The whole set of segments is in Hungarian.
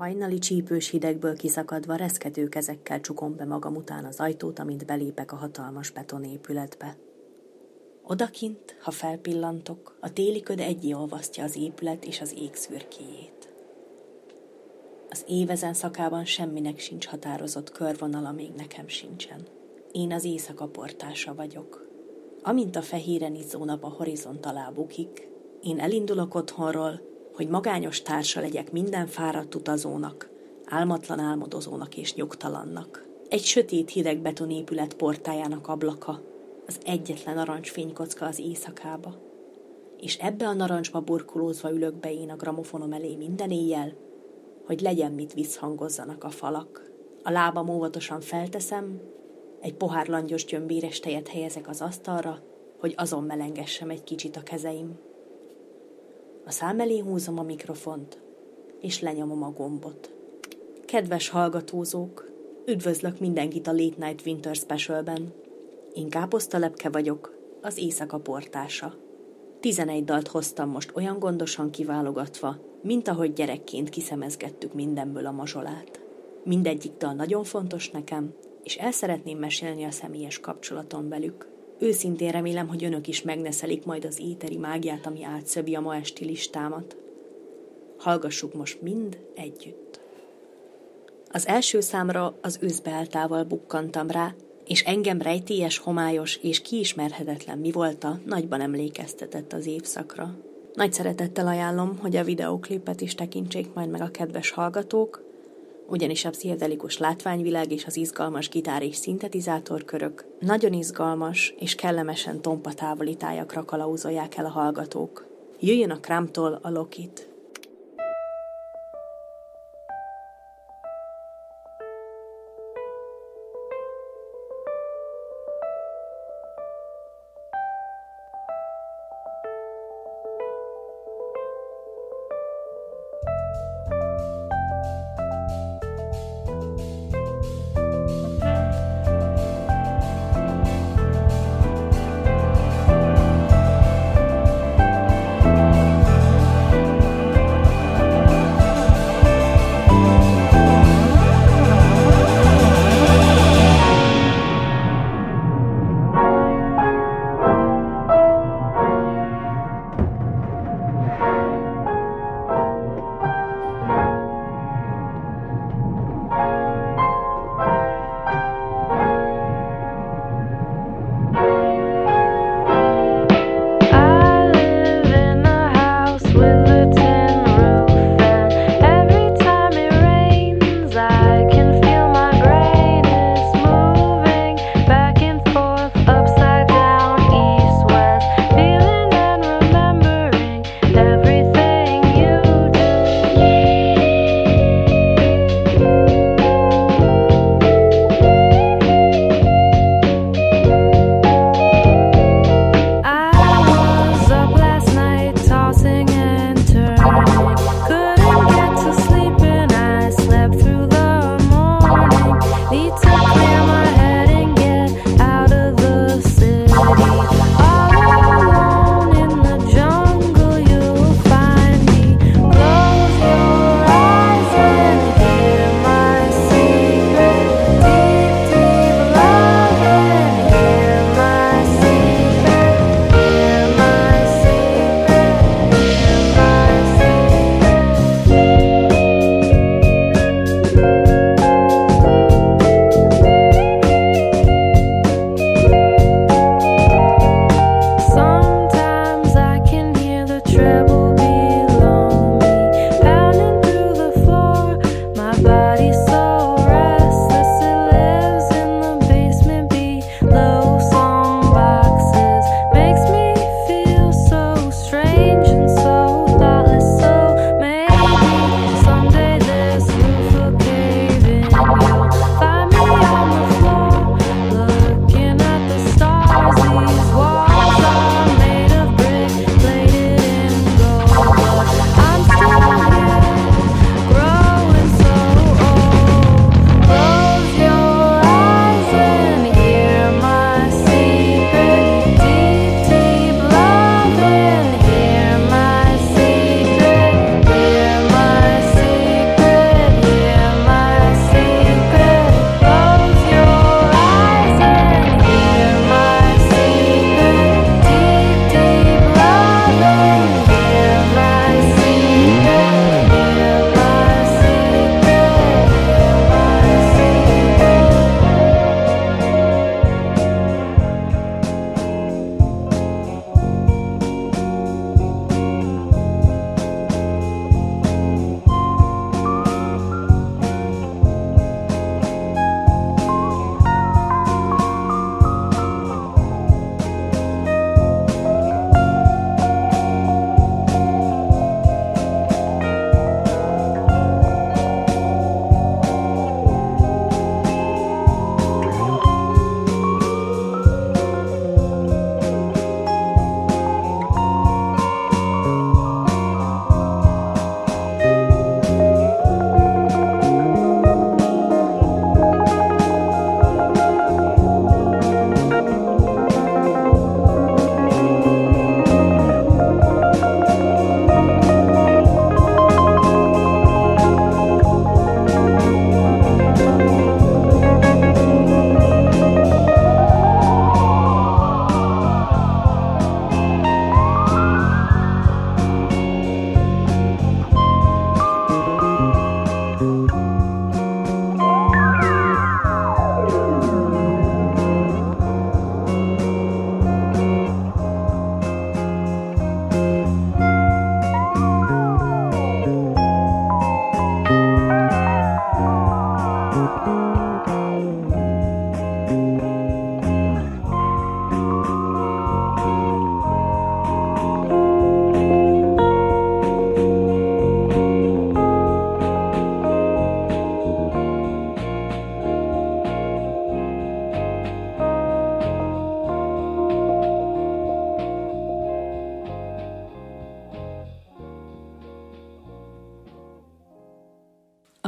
hajnali csípős hidegből kiszakadva reszkető kezekkel csukom be magam után az ajtót, amint belépek a hatalmas betonépületbe. Odakint, ha felpillantok, a téli köd egyé olvasztja az épület és az ég szürkéjét. Az év ezen szakában semminek sincs határozott körvonala, még nekem sincsen. Én az éjszaka portása vagyok. Amint a fehéren izzó nap a horizont alá bukik, én elindulok otthonról, hogy magányos társa legyek minden fáradt utazónak, álmatlan álmodozónak és nyugtalannak. Egy sötét hideg betonépület portájának ablaka, az egyetlen narancsfénykocka az éjszakába. És ebbe a narancsba burkolózva ülök be én a gramofonom elé minden éjjel, hogy legyen mit visszhangozzanak a falak. A lábam óvatosan felteszem, egy pohár langyos gyömbéres tejet helyezek az asztalra, hogy azon melengessem egy kicsit a kezeim. A szám elé húzom a mikrofont, és lenyomom a gombot. Kedves hallgatózók, üdvözlök mindenkit a Late Night Winter Specialben. Én Káposztalepke vagyok, az éjszaka portása. 11 dalt hoztam most olyan gondosan kiválogatva, mint ahogy gyerekként kiszemezgettük mindenből a mazsolát. Mindegyik dal nagyon fontos nekem, és el szeretném mesélni a személyes kapcsolatom velük. Őszintén remélem, hogy önök is megneszelik majd az éteri mágiát, ami átszövi a ma esti listámat. Hallgassuk most mind együtt. Az első számra az őszbeálltával bukkantam rá, és engem rejtélyes, homályos és kiismerhetetlen mi volta nagyban emlékeztetett az évszakra. Nagy szeretettel ajánlom, hogy a videóklipet is tekintsék majd meg a kedves hallgatók, ugyanis a pszichedelikus látványvilág és az izgalmas gitár és szintetizátorkörök nagyon izgalmas és kellemesen tompa távoli tájakra kalauzolják el a hallgatók. Jöjjön a Cramtól a Lock It!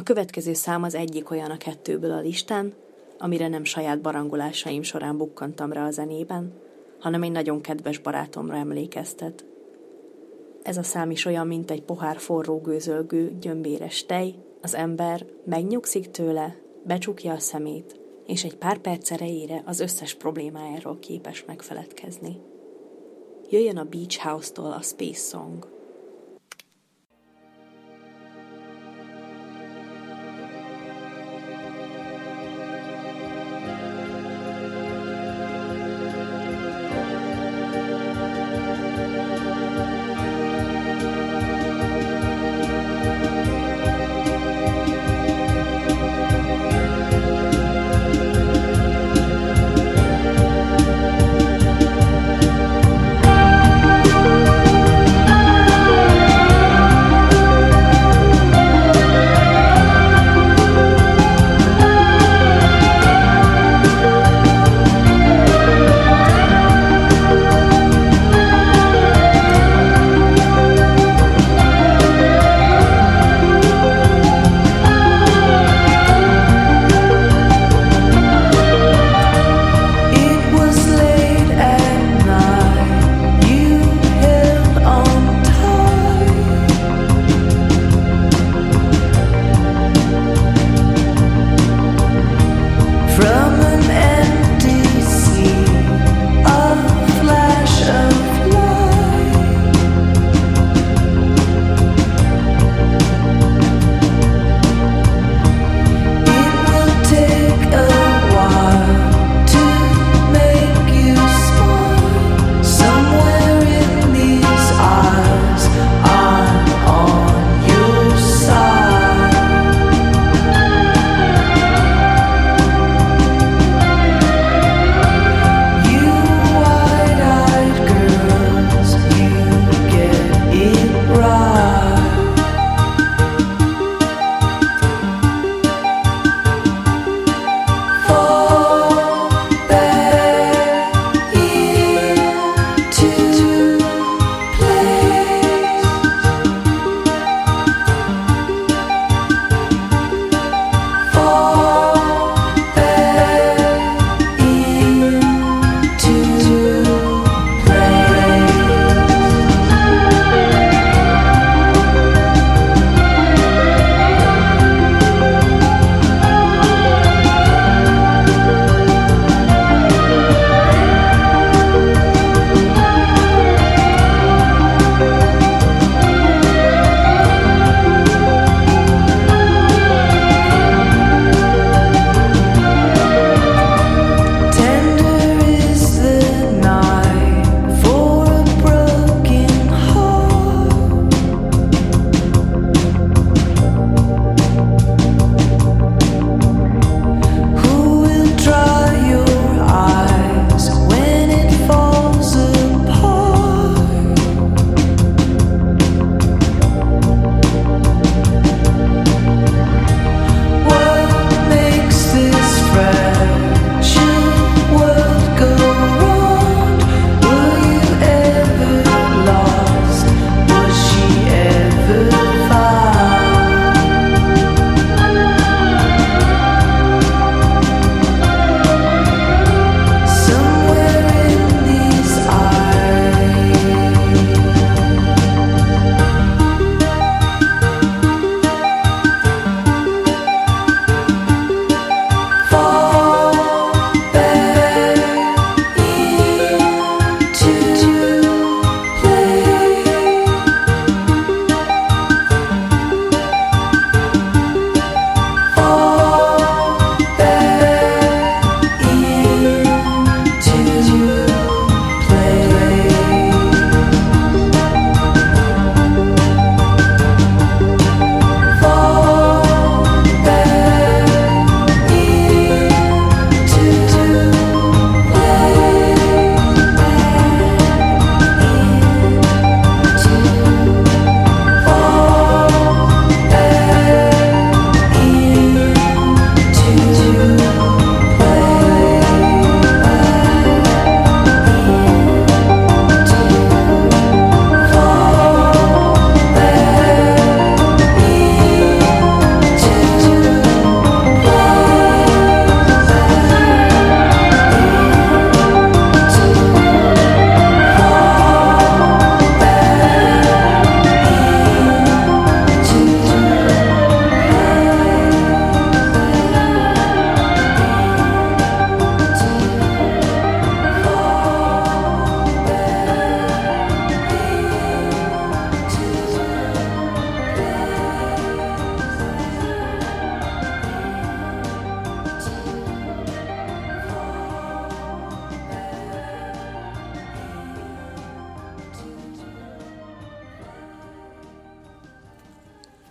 következő szám az egyik olyan a kettőből a listán, amire nem saját barangolásaim során bukkantam rá a zenében, hanem egy nagyon kedves barátomra emlékeztet. Ez a szám is olyan, mint egy pohár forró gőzölgő, gyömbéres tej, az ember megnyugszik tőle, becsukja a szemét, és egy pár perc erejére az összes problémájáról képes megfeledkezni. Jöjjön a Beach House-tól a Space Song.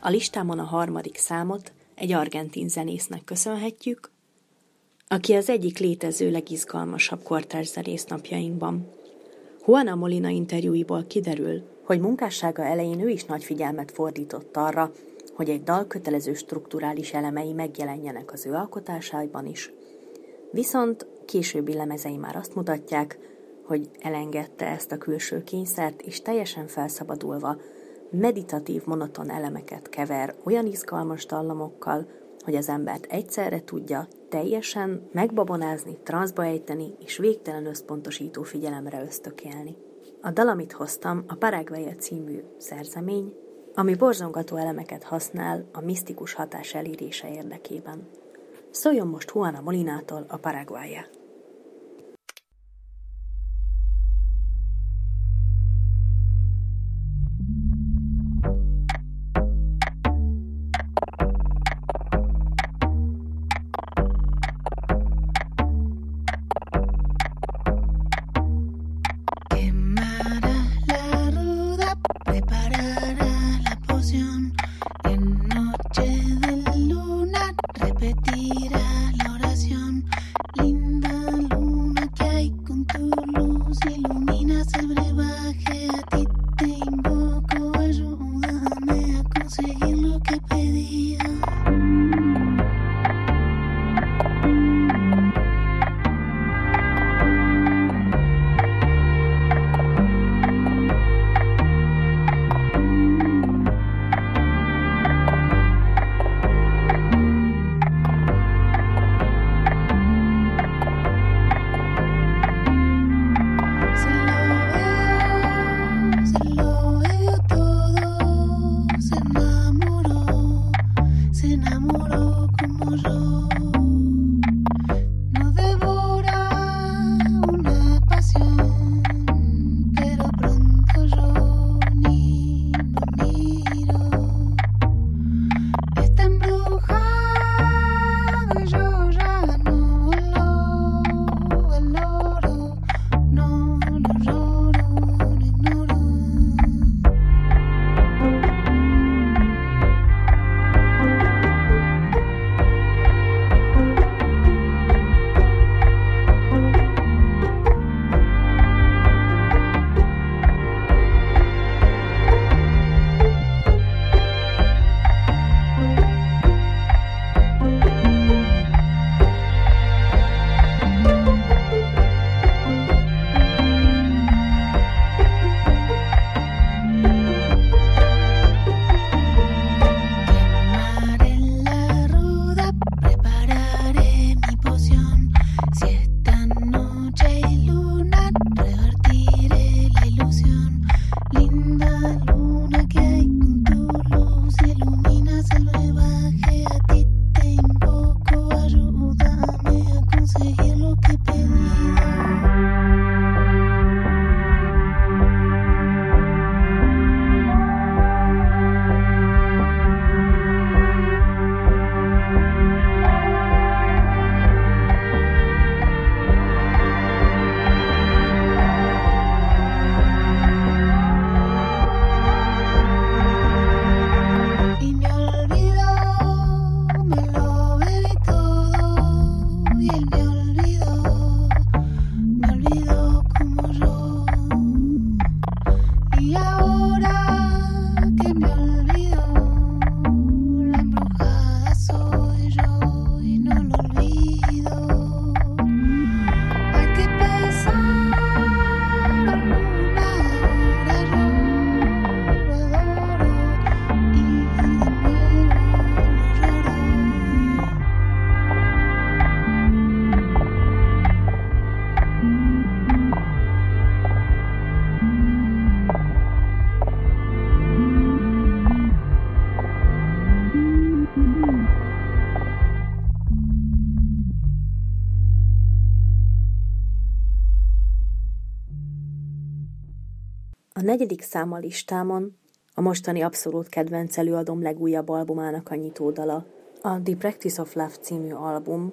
A listámon a 3. számot egy argentin zenésznek köszönhetjük, aki az egyik létező legizgalmasabb kortárs zenész napjainkban. Juana Molina interjúiból kiderül, hogy munkássága elején ő is nagy figyelmet fordított arra, hogy egy dal kötelező strukturális elemei megjelenjenek az ő alkotásaiban is. Viszont későbbi lemezei már azt mutatják, hogy elengedte ezt a külső kényszert, és teljesen felszabadulva meditatív, monoton elemeket kever olyan izgalmas dallamokkal, hogy az embert egyszerre tudja teljesen megbabonázni, transzba ejteni és végtelen összpontosító figyelemre ösztökélni. A dal, amit hoztam, a Paraguaya című szerzemény, ami borzongató elemeket használ a misztikus hatás elérése érdekében. Szóljon most Juana Molinától a Paraguaya. A 4. szám a listámon a mostani abszolút kedvenc előadóm legújabb albumának a nyitódala, a The Practice of Love című album.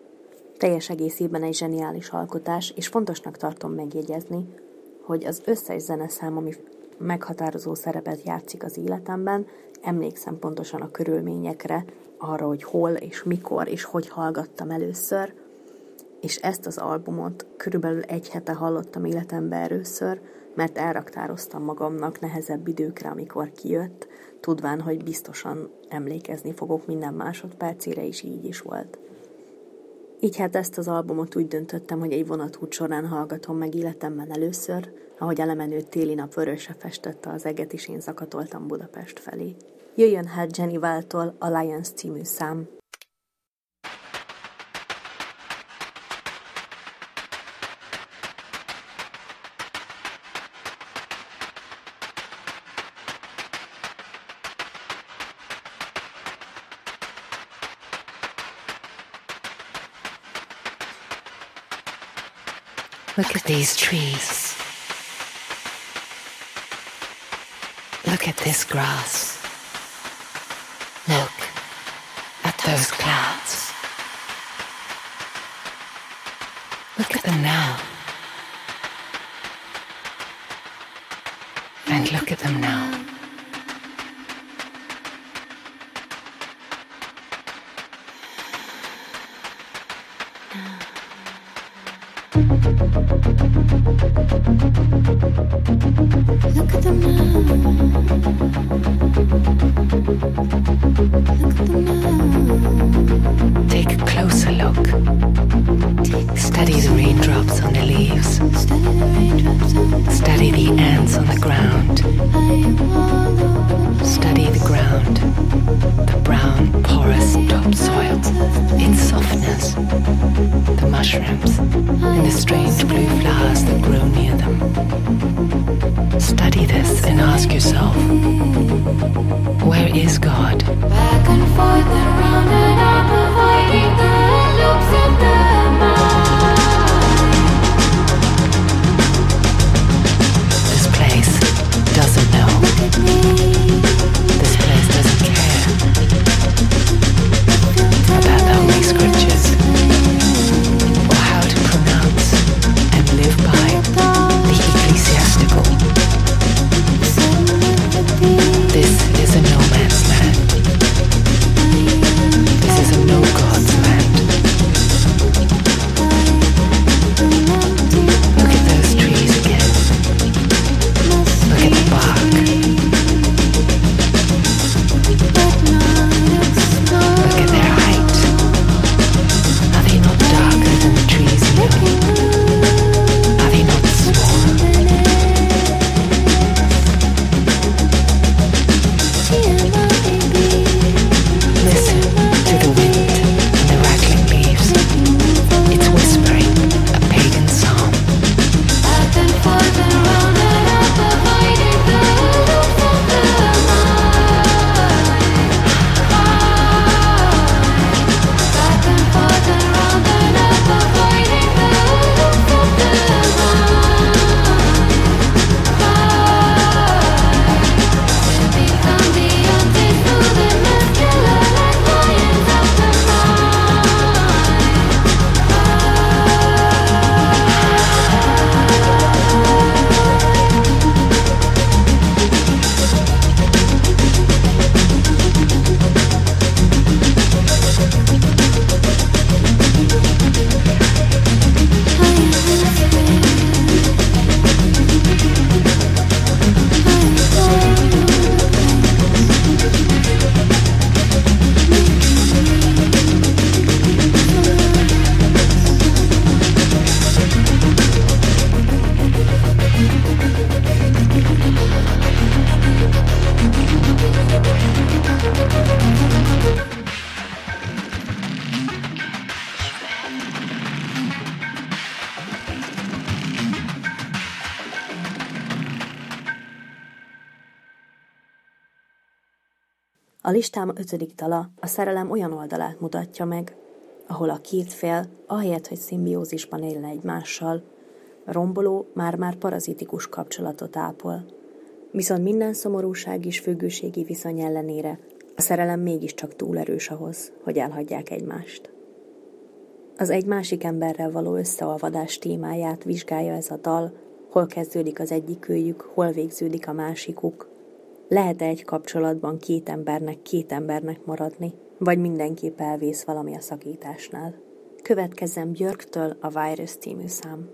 Teljes egészében egy zseniális alkotás, és fontosnak tartom megjegyezni, hogy az összes zeneszám, ami meghatározó szerepet játszik az életemben, emlékszem pontosan a körülményekre, arra, hogy hol és mikor és hogy hallgattam először, és ezt az albumot körülbelül 1 hete hallottam életemben először, mert elraktároztam magamnak nehezebb időkre, amikor kijött, tudván, hogy biztosan emlékezni fogok minden másodpercére, és így is volt. Így hát ezt az albumot úgy döntöttem, hogy egy vonatút során hallgatom meg életemben először, ahogy a lemenő téli nap vörösre festette az eget, és én zakatoltam Budapest felé. Jöjjön hát Jenny Wildtól Alliance című szám. Look at these trees. Look at this grass. Look at those clouds. Look at them now. And look at them now. Look at them now. Look at them now. Take a closer look. Study the raindrops on the leaves. Study the ants on the ground. Study the ground. The brown, porous topsoil. Its softness. The mushrooms and the strange blue flowers that grow near them. Study this and ask yourself, where is God? Back and forth and round and up, avoiding the loops of the mind. This place doesn't know. This place doesn't care about the Holy Scriptures or how to pronounce and live by the ecclesiastical. This is a no man's land. This is a no God's land. Look at those trees again. Look at the bark. Look at their height. Are they not darker than the trees you know? Are they not small? Listen to the wind and the rattling leaves. It's whispering a pagan psalm. Back and forth and round and up, avoiding the loops of the mind. Back and forth and round and up, avoiding the loops of the mind. To become the antidote, the masculine like lions of the A listám 5. dala a szerelem olyan oldalát mutatja meg, ahol a két fél, ahelyett, hogy szimbiózisban élne egymással, romboló, már-már parazitikus kapcsolatot ápol. Viszont minden szomorúság és függőségi viszony ellenére a szerelem mégiscsak túl erős ahhoz, hogy elhagyják egymást. Az egy másik emberrel való összeolvadás témáját vizsgálja ez a dal, Hol kezdődik az egyikőjük, hol végződik a másikuk? Lehet-e egy kapcsolatban két embernek maradni, vagy mindenképp elvész valami a szakításnál? Következzen Björktől a Virus című szám.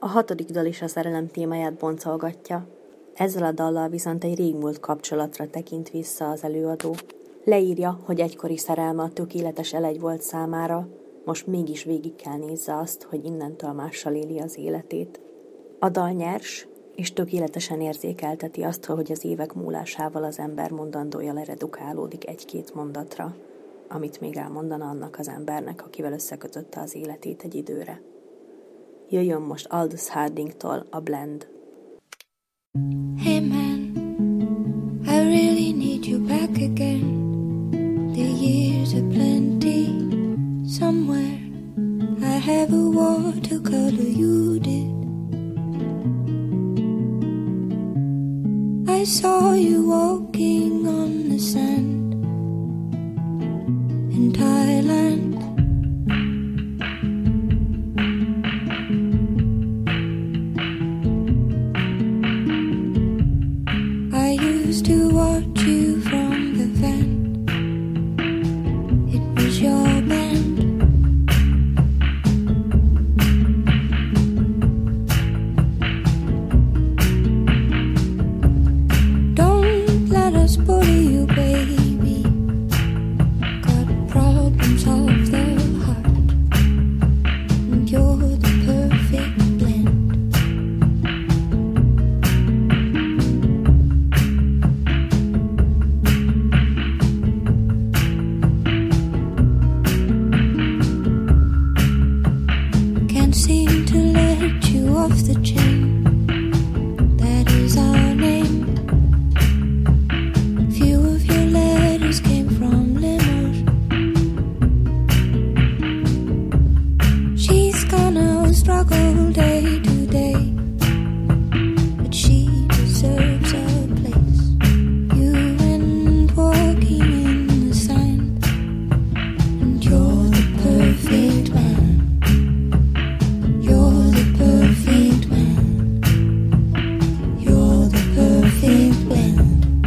A 6. dal is a szerelem témáját boncolgatja. Ezzel a dallal viszont egy régmúlt kapcsolatra tekint vissza az előadó. Leírja, hogy egykori szerelme a tökéletes elegy volt számára, most mégis végig kell nézze azt, hogy innentől mással éli az életét. A dal nyers, és tökéletesen érzékelteti azt, hogy az évek múlásával az ember mondandója leredukálódik 1-2 mondatra, amit még elmondana annak az embernek, akivel összekötötte az életét egy időre. Jöjjön most Aldous Hardingtól a Blend. Hey man, I really need you back again. The years are plenty somewhere. I have a watercolor you did. I saw you walking on the sand in Thailand. I used to watch you from the van. It was your band. Don't let us bully you, baby. Got problems of the heart, and you're the perfect blend. Can't seem to let you off the chain. That is our name. Few of your letters came from Limor. She's gonna struggle day to day, but she deserves a place. You went walking in the sand, and you're the perfect man. You're the perfect man. You're the perfect blend.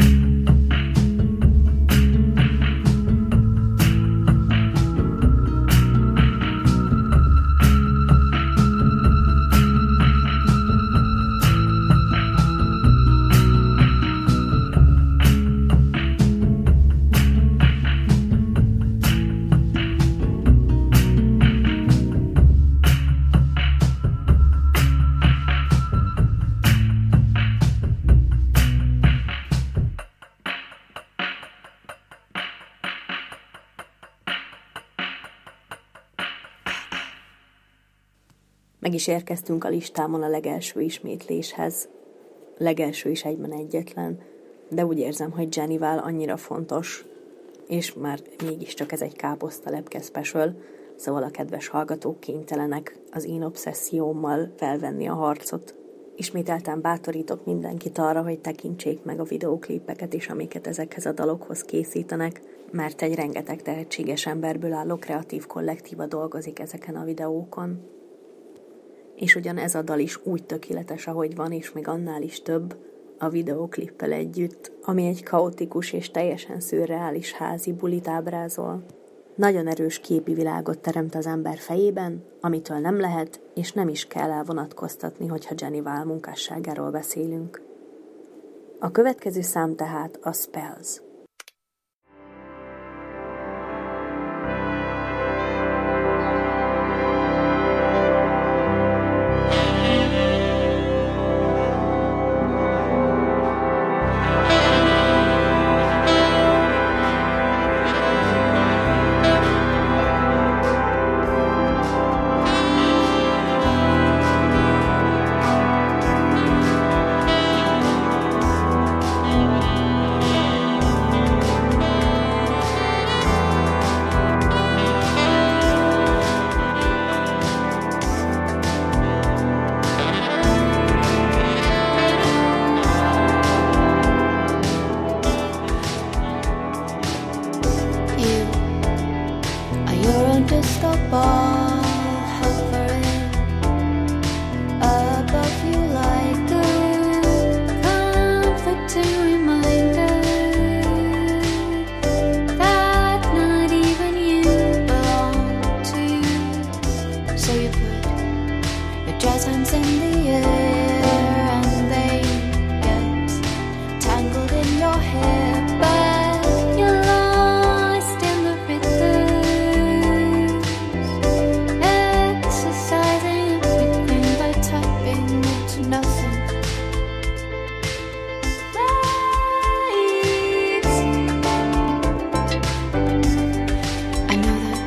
Meg is érkeztünk a listámon a legelső ismétléshez. Legelső is egyben egyetlen, de úgy érzem, hogy Jennyvel annyira fontos, és már mégiscsak ez egy káposztalepke special, szóval a kedves hallgatók kénytelenek az én obszessziómmal felvenni a harcot. Ismételten bátorítok mindenkit arra, hogy tekintsék meg a videóklipeket is, amiket ezekhez a dalokhoz készítenek, mert egy rengeteg tehetséges emberből álló kreatív kollektíva dolgozik ezeken a videókon. És ugyan ez a dal is úgy tökéletes, ahogy van, és még annál is több a videóklippel együtt, ami egy kaotikus és teljesen szürreális házi bulit ábrázol. Nagyon erős képi világot teremt az ember fejében, amitől nem lehet és nem is kell elvonatkoztatni, hogyha Jenny Val munkásságáról beszélünk. A következő szám tehát a Spells. Sometimes in the air and they get tangled in your hair, but you're lost in the rhythm, exercising everything by typing into nothing. Waves. I know that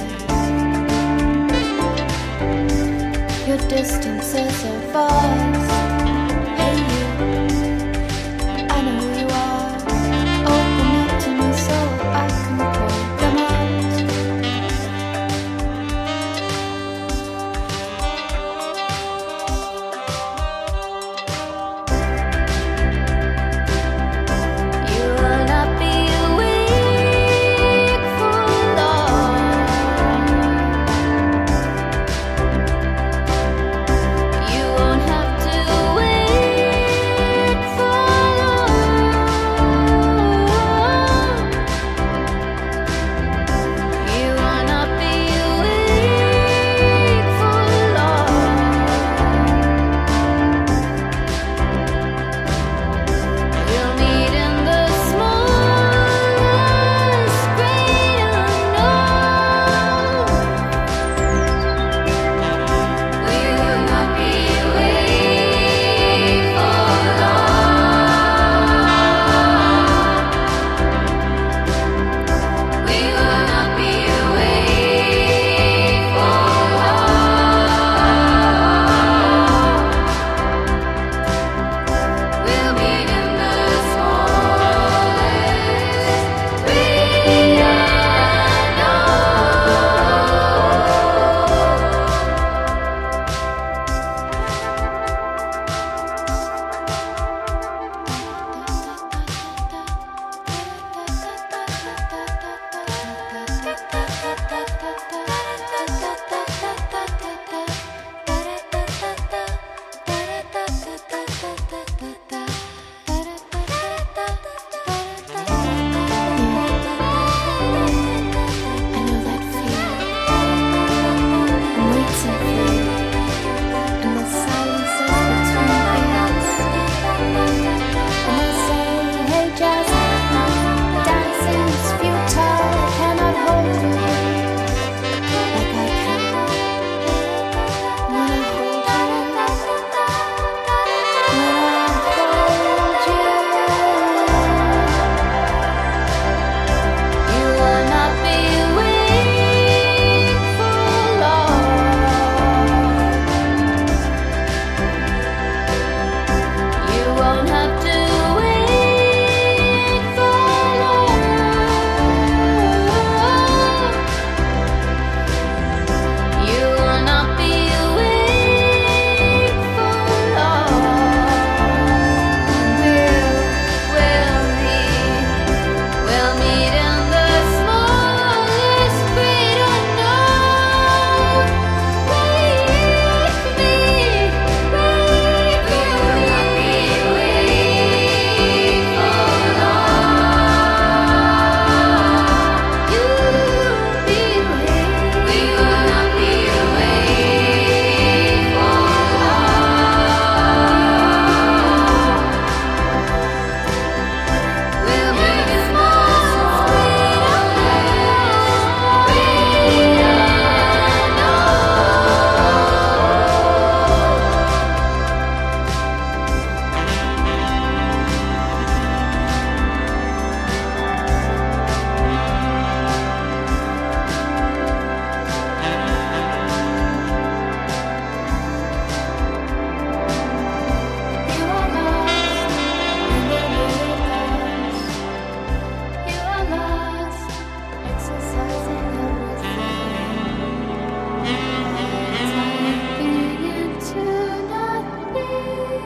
feeling. Your distances are vast. Hey you, I know who you are. Open up to me so I can point them out. You will not be awake for long. You won't have to wait for long. You will not be awake for long. We'll meet in the smallest great unknown. We will not be awake for long. We will not be awake for long. We'll meet in the smallest great I know that feeling. I'm waiting for you in the silences between us. And I say, hey Jasmine, dancing's futile. I cannot hold you like I can when I hold you. When I hold you, you will not be awake for long. You won't have to wait for long. You will not be awake for long. We'll meet in the smallest great unknown. Wake me, wake. We will not be awake for long. You'll be awake. We will not be awake for long. We'll meet in the You are lost, exercising everything, typing into nothing.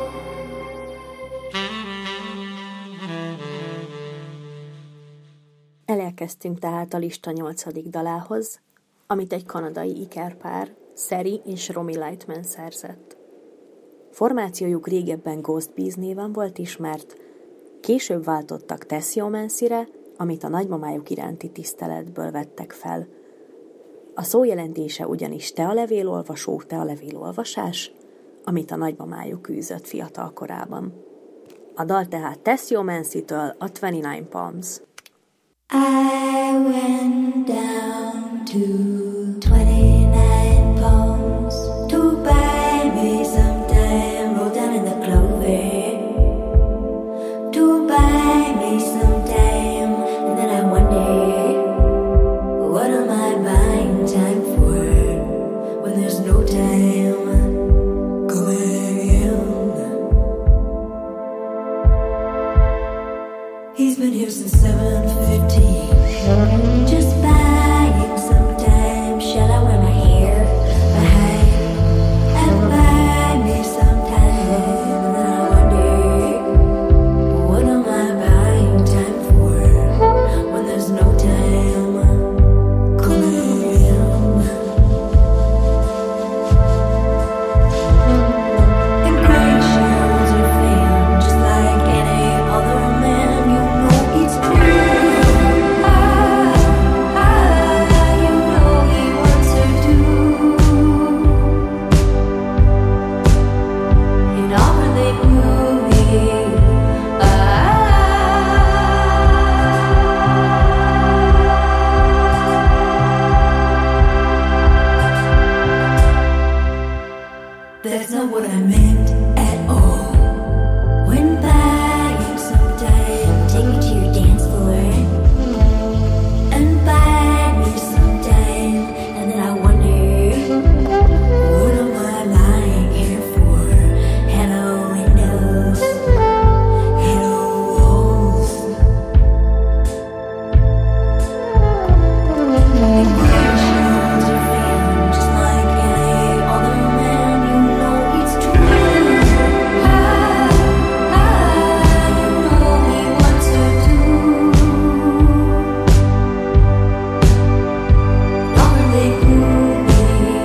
Elérkeztünk tehát a lista 8. dalához, amit egy kanadai ikerpár, Seri és Romy Lightman szerzett. Formációjuk régebben Ghost Bees néven volt ismert, később váltottak Tessiomancy-re, amit a nagymamájuk iránti tiszteletből vettek fel. A szó jelentése ugyanis tealevélolvasó, tealevélolvasás, amit a nagymamájuk űzött fiatal korában. A dal tehát Tessio Mancy-től, a 29 Palms. I went down to 29 Palms to buy me some time, roll down in the clover, to buy me some time, and then I wonder, what am I buying time for, when there's no time coming in? He's been here since 7:15, just buying some time. Shall I wear my hair behind and buy me some time? And then I wonder, what am I buying time for, when there's no time coming in? And great shows are fame, just like any other man. You know it's true. You know he wants her to. And often they prove me. That's not what I meant at all. When buying some time, take me to your dance floor and buy me some time, and then I wonder, what am I lying here for? Hello windows, hello walls. And great shows are fame, just like any other man. You know it's true. You know he wants her to. Often they prove me.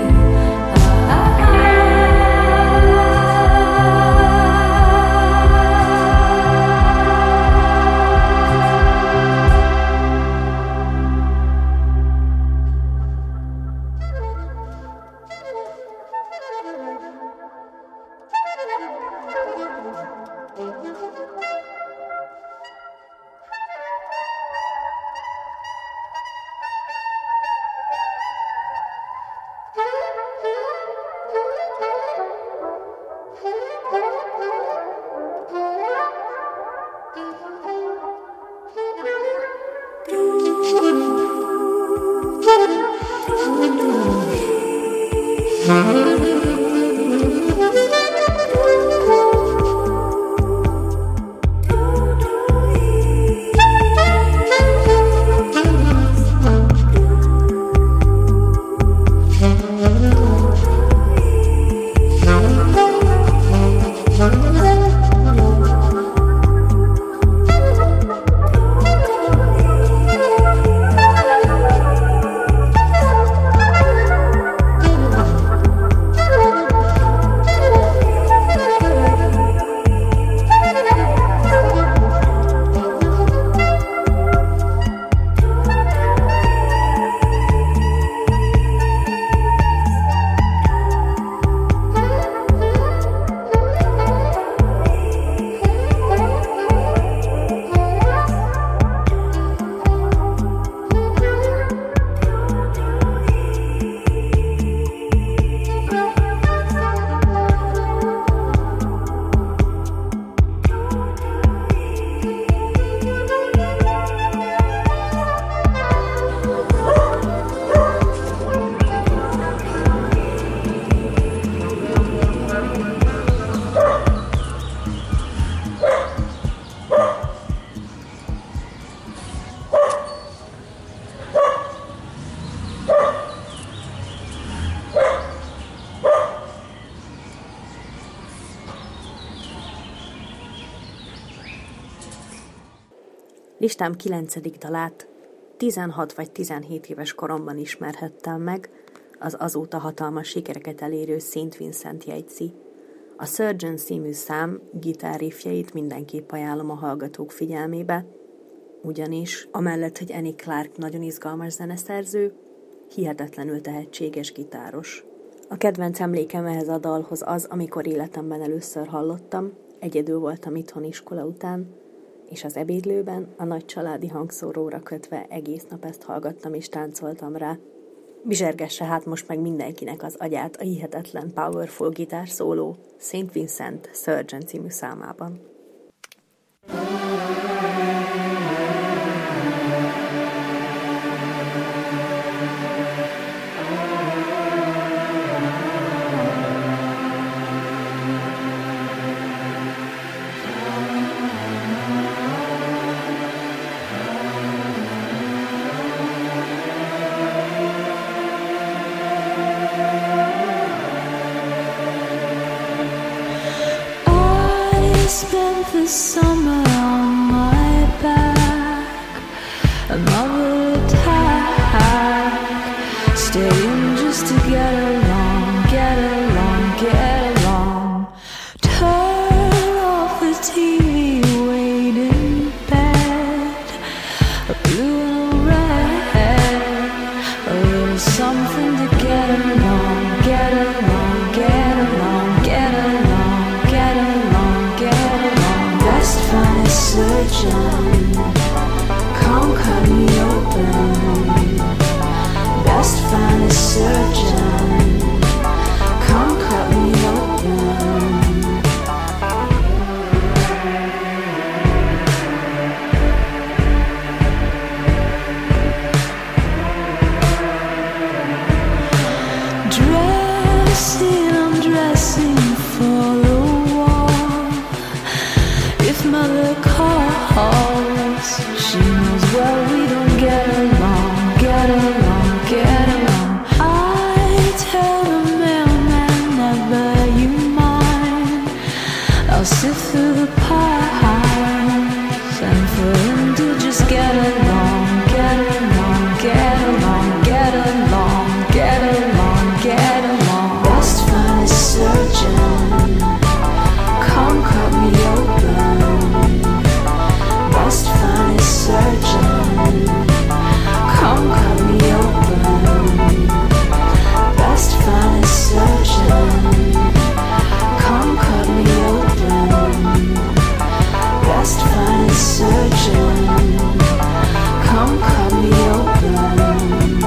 Listám 9. dalát 16 vagy 17 éves koromban ismerhettem meg, az azóta hatalmas sikereket elérő St. Vincent jegyzi. A Surgeon című szám gitárriffjeit mindenképp ajánlom a hallgatók figyelmébe, ugyanis amellett, hogy Annie Clark nagyon izgalmas zeneszerző, hihetetlenül tehetséges gitáros. A kedvenc emlékem ehhez a dalhoz az, amikor életemben először hallottam, egyedül voltam itthon iskola után, és az ebédlőben a nagy családi hangszóróra kötve egész nap ezt hallgattam és táncoltam rá. Bizsergesse hát most meg mindenkinek az agyát a hihetetlen powerful gitárszóló St. Vincent Surgeon című számában. Spent the summer on my back, another attack, staying just to get along, get along, get along. Turn off the TV, wait in bed, a blue and a red, a little something to get along, get along, get along, get along, get along, get along. Best find a surgeon, come cut me open. Best find a surgeon, come cut me open. Dressing, I'm dressing for the wall. If mother calls, she knows well we don't get along, get along, get along. I tell the mailman never you mind. I'll sift through the pies and for him to just get along, get along, get along, get along, get along, get along. Best find a surgeon, come cut me open. Best find a surgeon, come cut me open. Best find a surgeon, come cut me open. Best find a surgeon, come cut me open.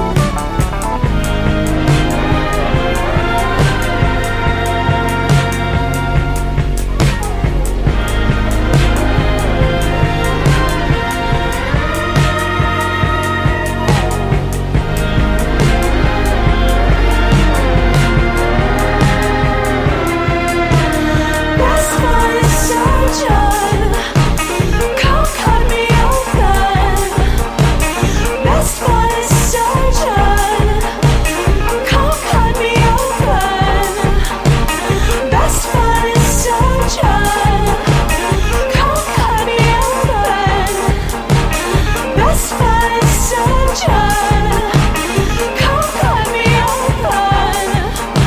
Best find a surgeon, come cut me open. Best find a surgeon, come cut me open. Best find a surgeon, come cut me open. Best find a surgeon, come cut me open.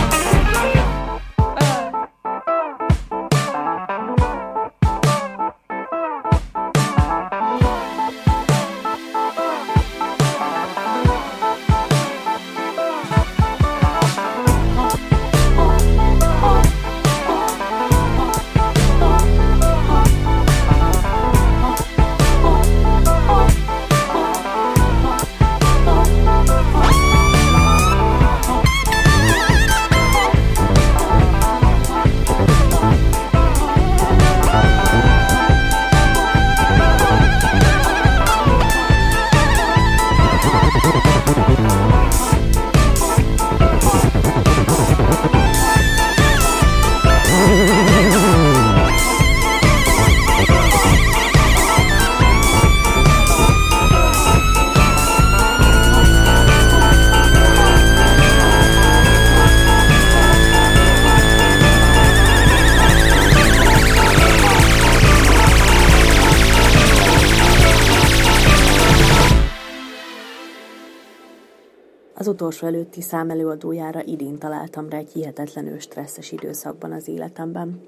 Az utolsó előtti szám előadójára idén találtam rá egy hihetetlenül stresszes időszakban az életemben.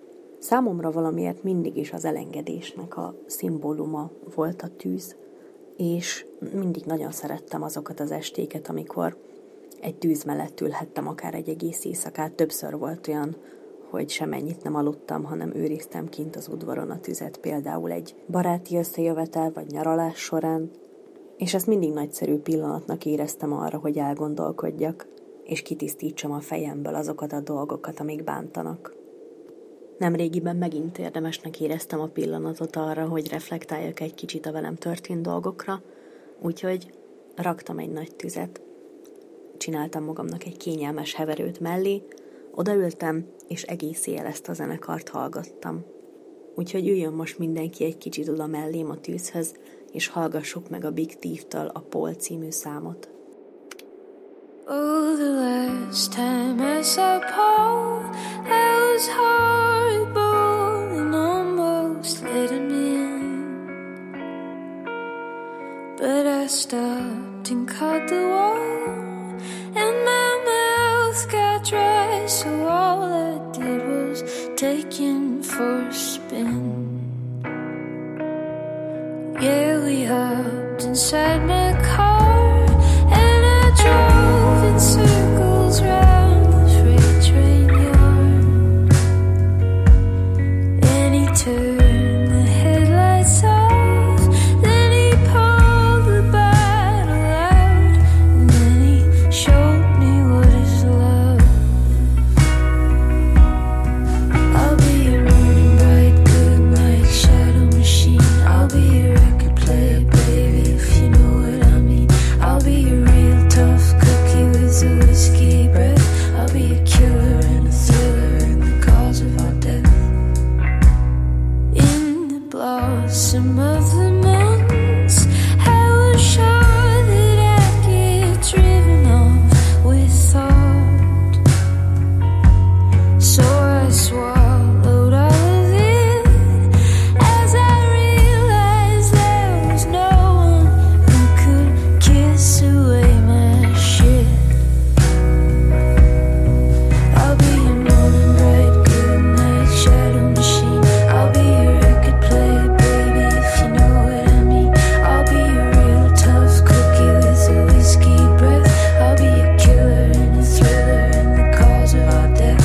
Számomra valamiért mindig is az elengedésnek a szimbóluma volt a tűz. és mindig nagyon szerettem azokat az estéket, amikor egy tűz mellett ülhettem akár egy egész éjszakát. Többször volt olyan, hogy semennyit nem aludtam, hanem őriztem kint az udvaron a tüzet, például egy baráti összejövetel vagy nyaralás során, és ezt mindig nagyszerű pillanatnak éreztem arra, hogy elgondolkodjak, és kitisztítsam a fejemből azokat a dolgokat, amik bántanak. Nemrégiben megint érdemesnek éreztem a pillanatot arra, hogy reflektáljak egy kicsit a velem történt dolgokra, úgyhogy raktam egy nagy tüzet. Csináltam magamnak egy kényelmes heverőt mellé, odaültem, és egész éjjel ezt a zenekart hallgattam. Úgyhogy üljön most mindenki egy kicsit oda mellém a tűzhöz, és hallgassuk meg a Big Thief-től a Paul című számot. Oh, the last time I saw Paul, I was horrible and almost let him in. But I stopped and caught the wall, and my mouth got dry, so all I did was take him for a spin. Yeah, we hopped inside my car, and I drove in circles round the freight train yard. And he turned the headlights off, then he pulled the bottle out, and then he showed me what is love. I'll be your morning bright, good night shadow machine. I'll be your record player, baby, if you know what I mean. I'll be your real tough cookie with a whiskey breath. I'll be a killer and a thriller and the cause of our death. In the blossom of the months, I was sure that I'd get driven off with thought. So I swallowed all of it as I realized there was no one who could kiss away my shit. I'll be your morning bright, good night shadow machine. I'll be your record player, baby, if you know what I mean. I'll be your real tough cookie with a whiskey breath. I'll be a killer and a thriller and the cause of our death.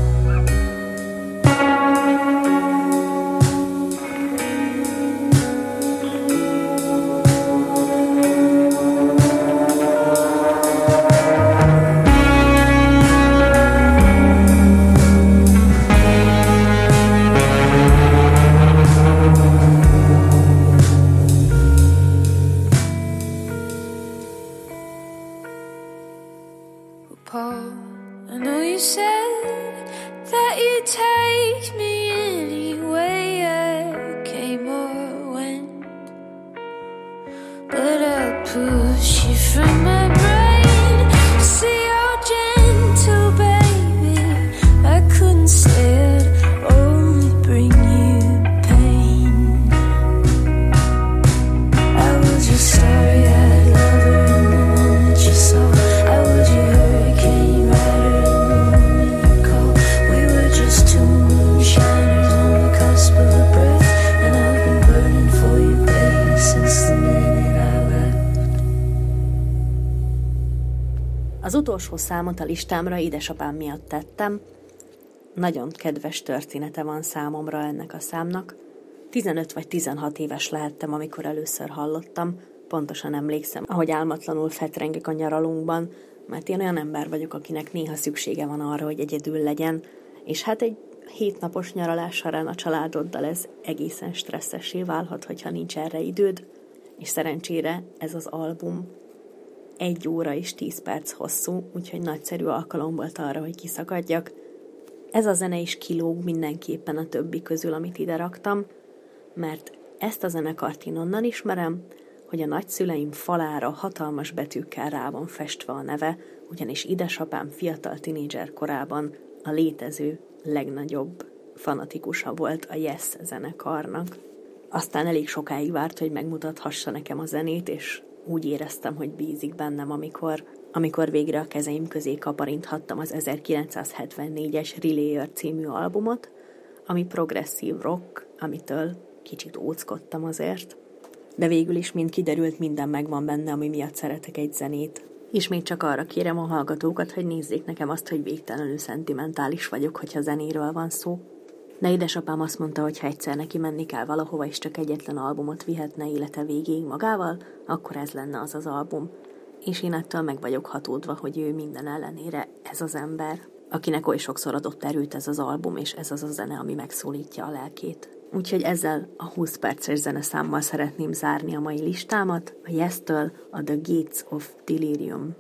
Paul, I know you said that you'd take me any way I came or went, but I'll push you from my brain to see how gentle, baby. I couldn't say I'd only bring you pain. I was your starry-eyed lover in the moment you saw. I was your hurricane rider in the moment you called. We were just two moonshiners on the cusp of a breath, and I've been burning for you, baby, since the minute I left. Az utolsó számot a listámra édesapám miatt tettem. Nagyon kedves története van számomra ennek a számnak. 15 vagy 16 éves lehettem, amikor először hallottam. Pontosan emlékszem, ahogy álmatlanul fetrengek a nyaralunkban, mert én olyan ember vagyok, akinek néha szüksége van arra, hogy egyedül legyen, és hát egy 7 napos nyaralás során a családoddal ez egészen stresszessé válhat, hogyha nincs erre időd, és szerencsére ez az album 1 óra és 10 perc hosszú, úgyhogy nagyszerű alkalom volt arra, hogy kiszakadjak. Ez a zene is kilóg mindenképpen a többi közül, amit ide raktam, mert ezt a zenekart én onnan ismerem, hogy a nagyszüleim falára hatalmas betűkkel rá van festve a neve, ugyanis édesapám fiatal tinédzser korában a létező legnagyobb fanatikusa volt a Yes zenekarnak. Aztán elég sokáig várt, hogy megmutathassa nekem a zenét, és úgy éreztem, hogy bízik bennem, amikor végre a kezeim közé kaparinthattam az 1974-es Relayer című albumot, ami progresszív rock, amitől kicsit óckodtam azért. de végül is, mint kiderült, minden megvan benne, ami miatt szeretek egy zenét. Ismét csak arra kérem a hallgatókat, hogy nézzék nekem azt, hogy végtelenül szentimentális vagyok, hogyha zenéről van szó. De édesapám azt mondta, hogy ha egyszer neki menni kell valahova, és csak egyetlen albumot vihetne élete végéig magával, akkor ez lenne az az album. És én ettől meg vagyok hatódva, hogy ő minden ellenére ez az ember, akinek oly sokszor adott erőt ez az album, és ez az a zene, ami megszólítja a lelkét. Úgyhogy ezzel a 20 perces zeneszámmal szeretném zárni a mai listámat, a Yes-től a The Gates of Delirium.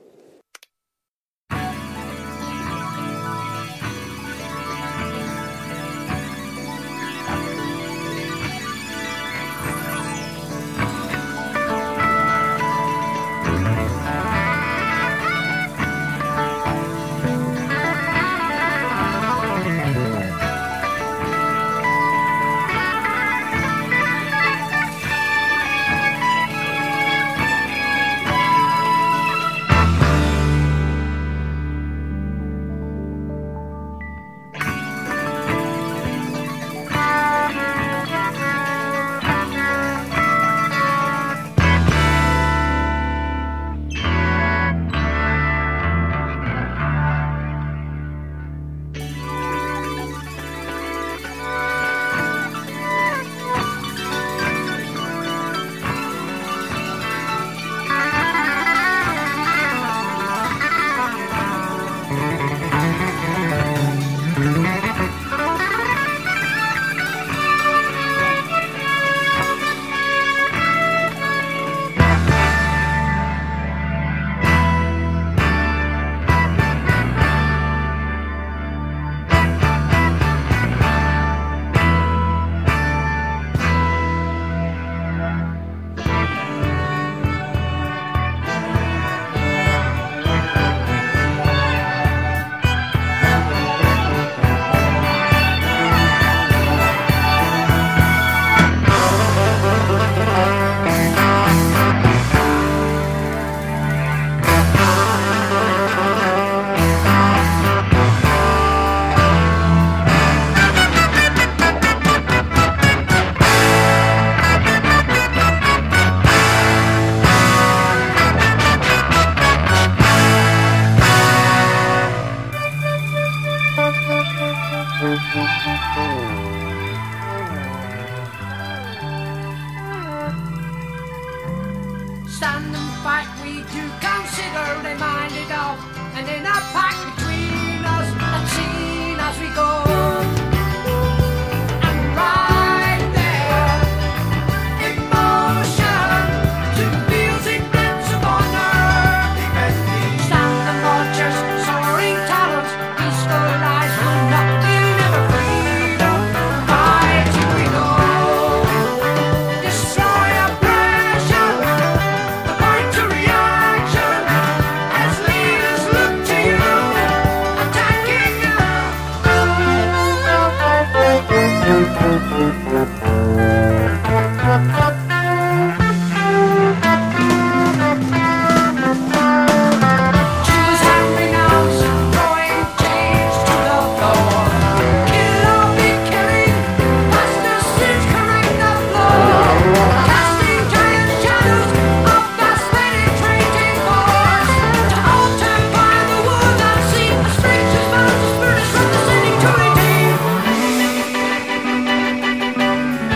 Stand and fight, we do consider reminded of, and in a pact between us, unseen as we go. And right there, emotion to feels immense of honor. Stand the vultures, soaring talons, peaceful lies will not deliver freedom. Fight till we go. Destroy oppression. To reaction as leaders look to you, attacking you. Choose and renounce, throwing chains to the floor. Kill or be killing, master sins correct the floor. Casting giant shadows of vast penetrating force to alter by the wood unseen, a stranger's bound to spirits from descending to redeem.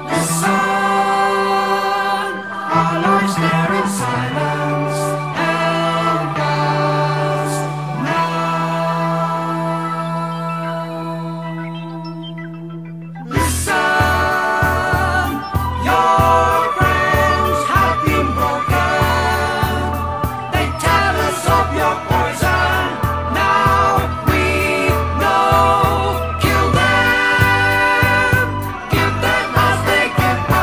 Give them as they give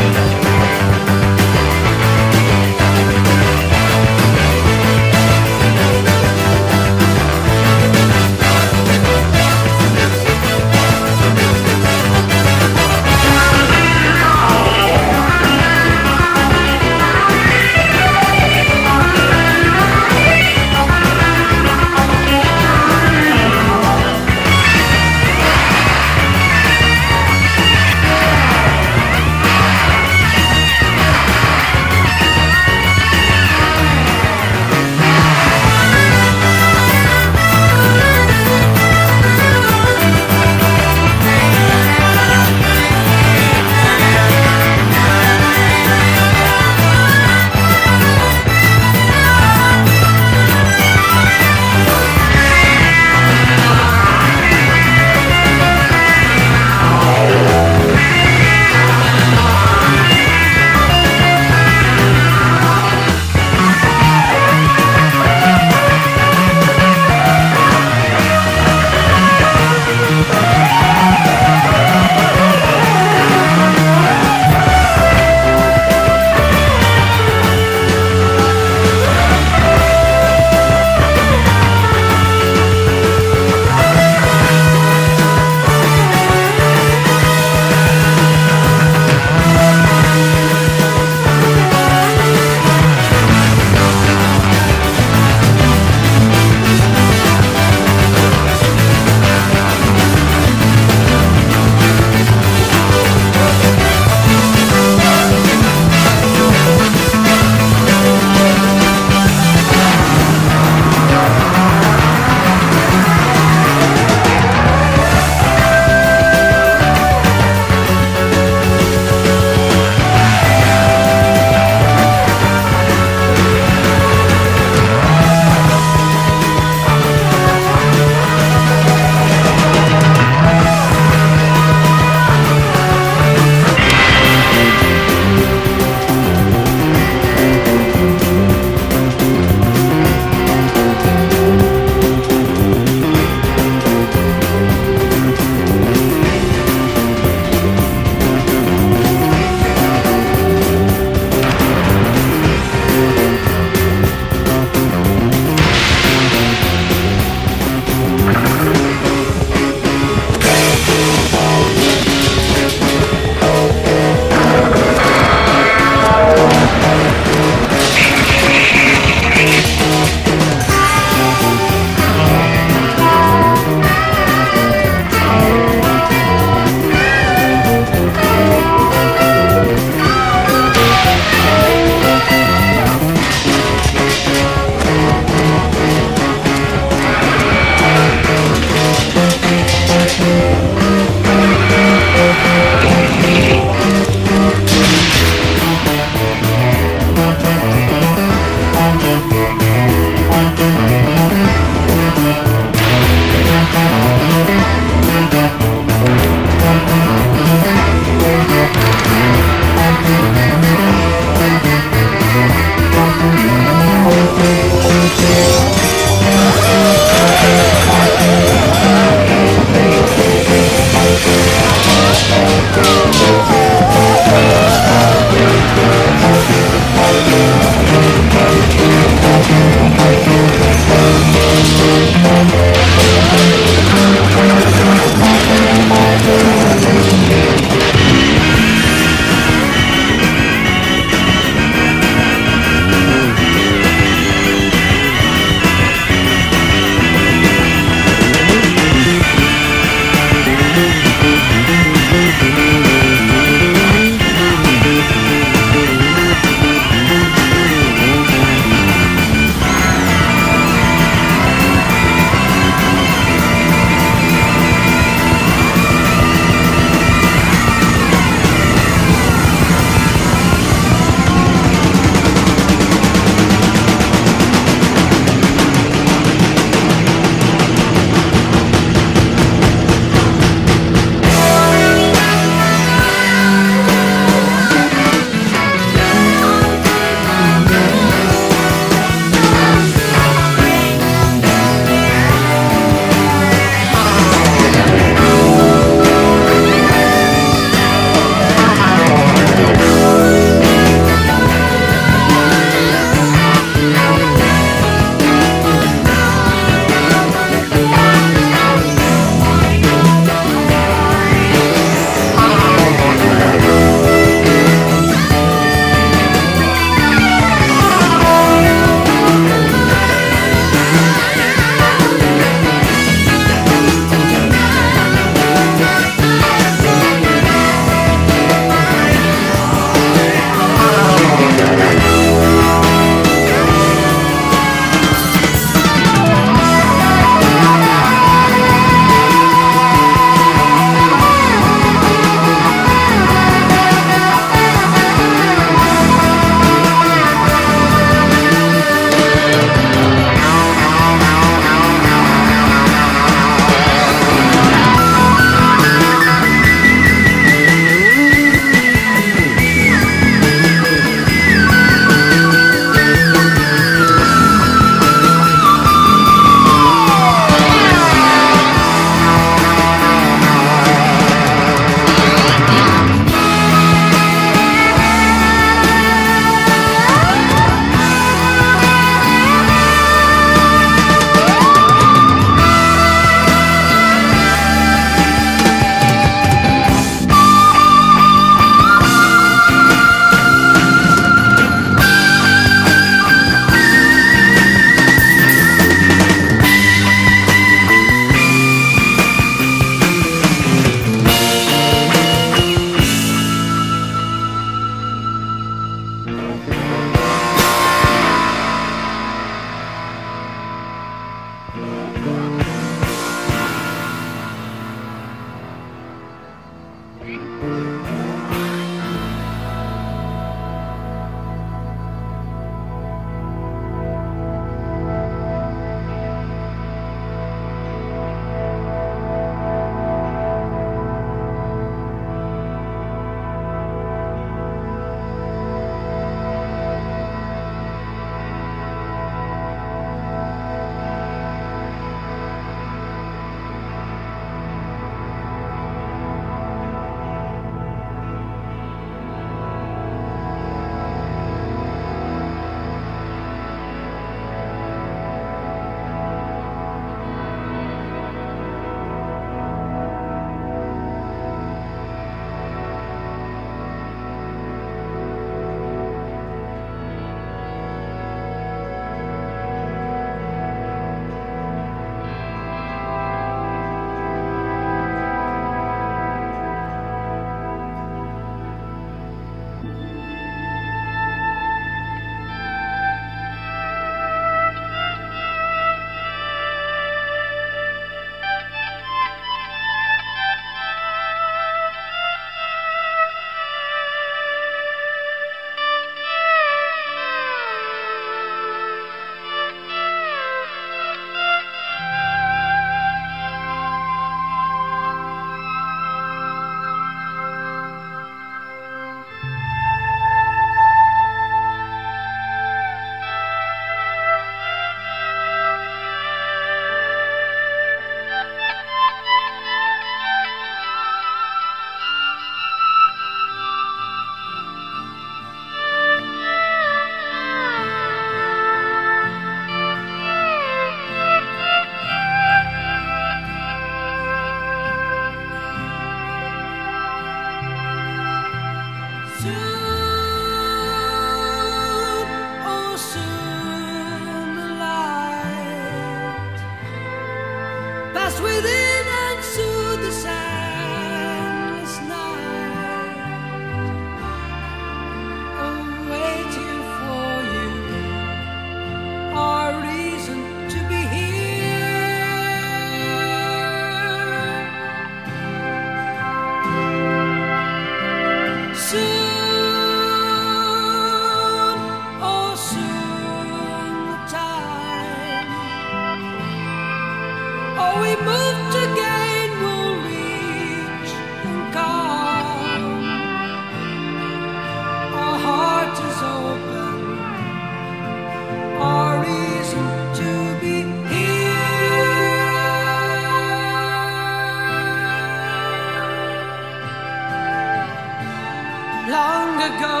long ago.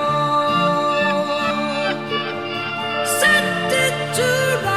Set it to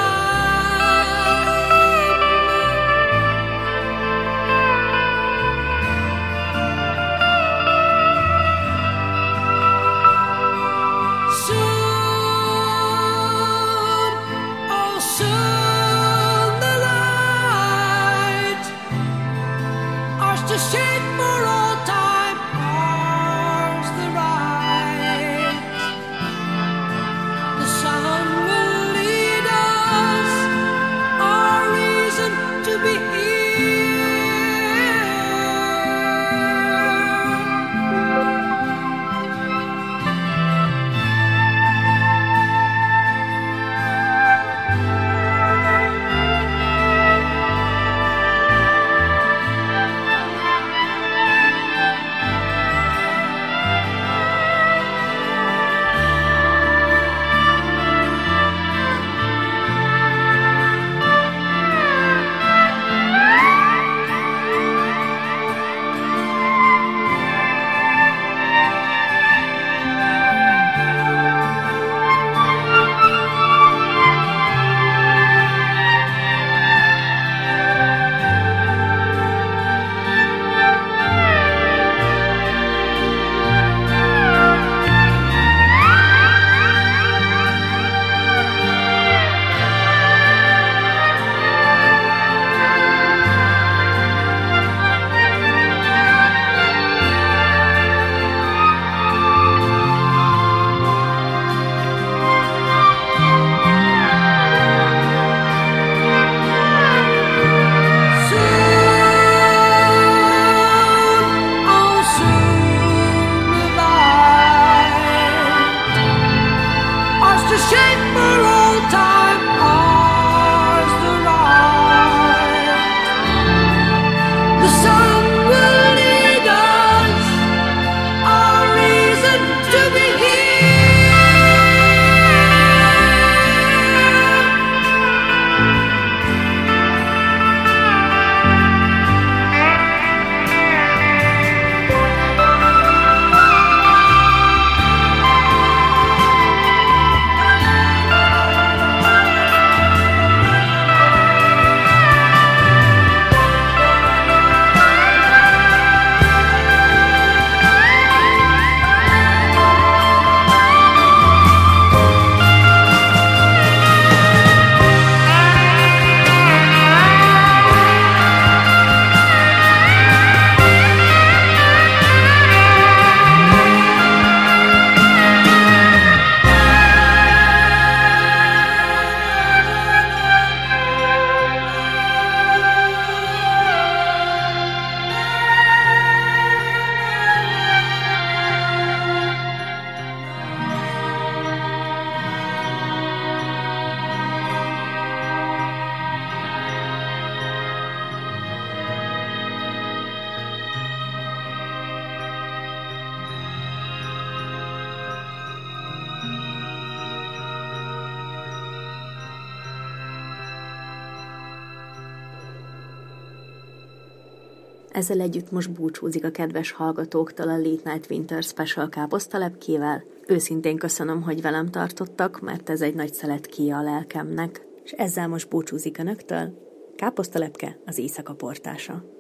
Ezzel együtt most búcsúzik a kedves hallgatóktól a Late Night Winter Special káposztalepkével. Őszintén köszönöm, hogy velem tartottak, mert ez egy nagy szeletkéje a lelkemnek. És ezzel most búcsúzik önöktől Káposztalepke, az éjszaka portása.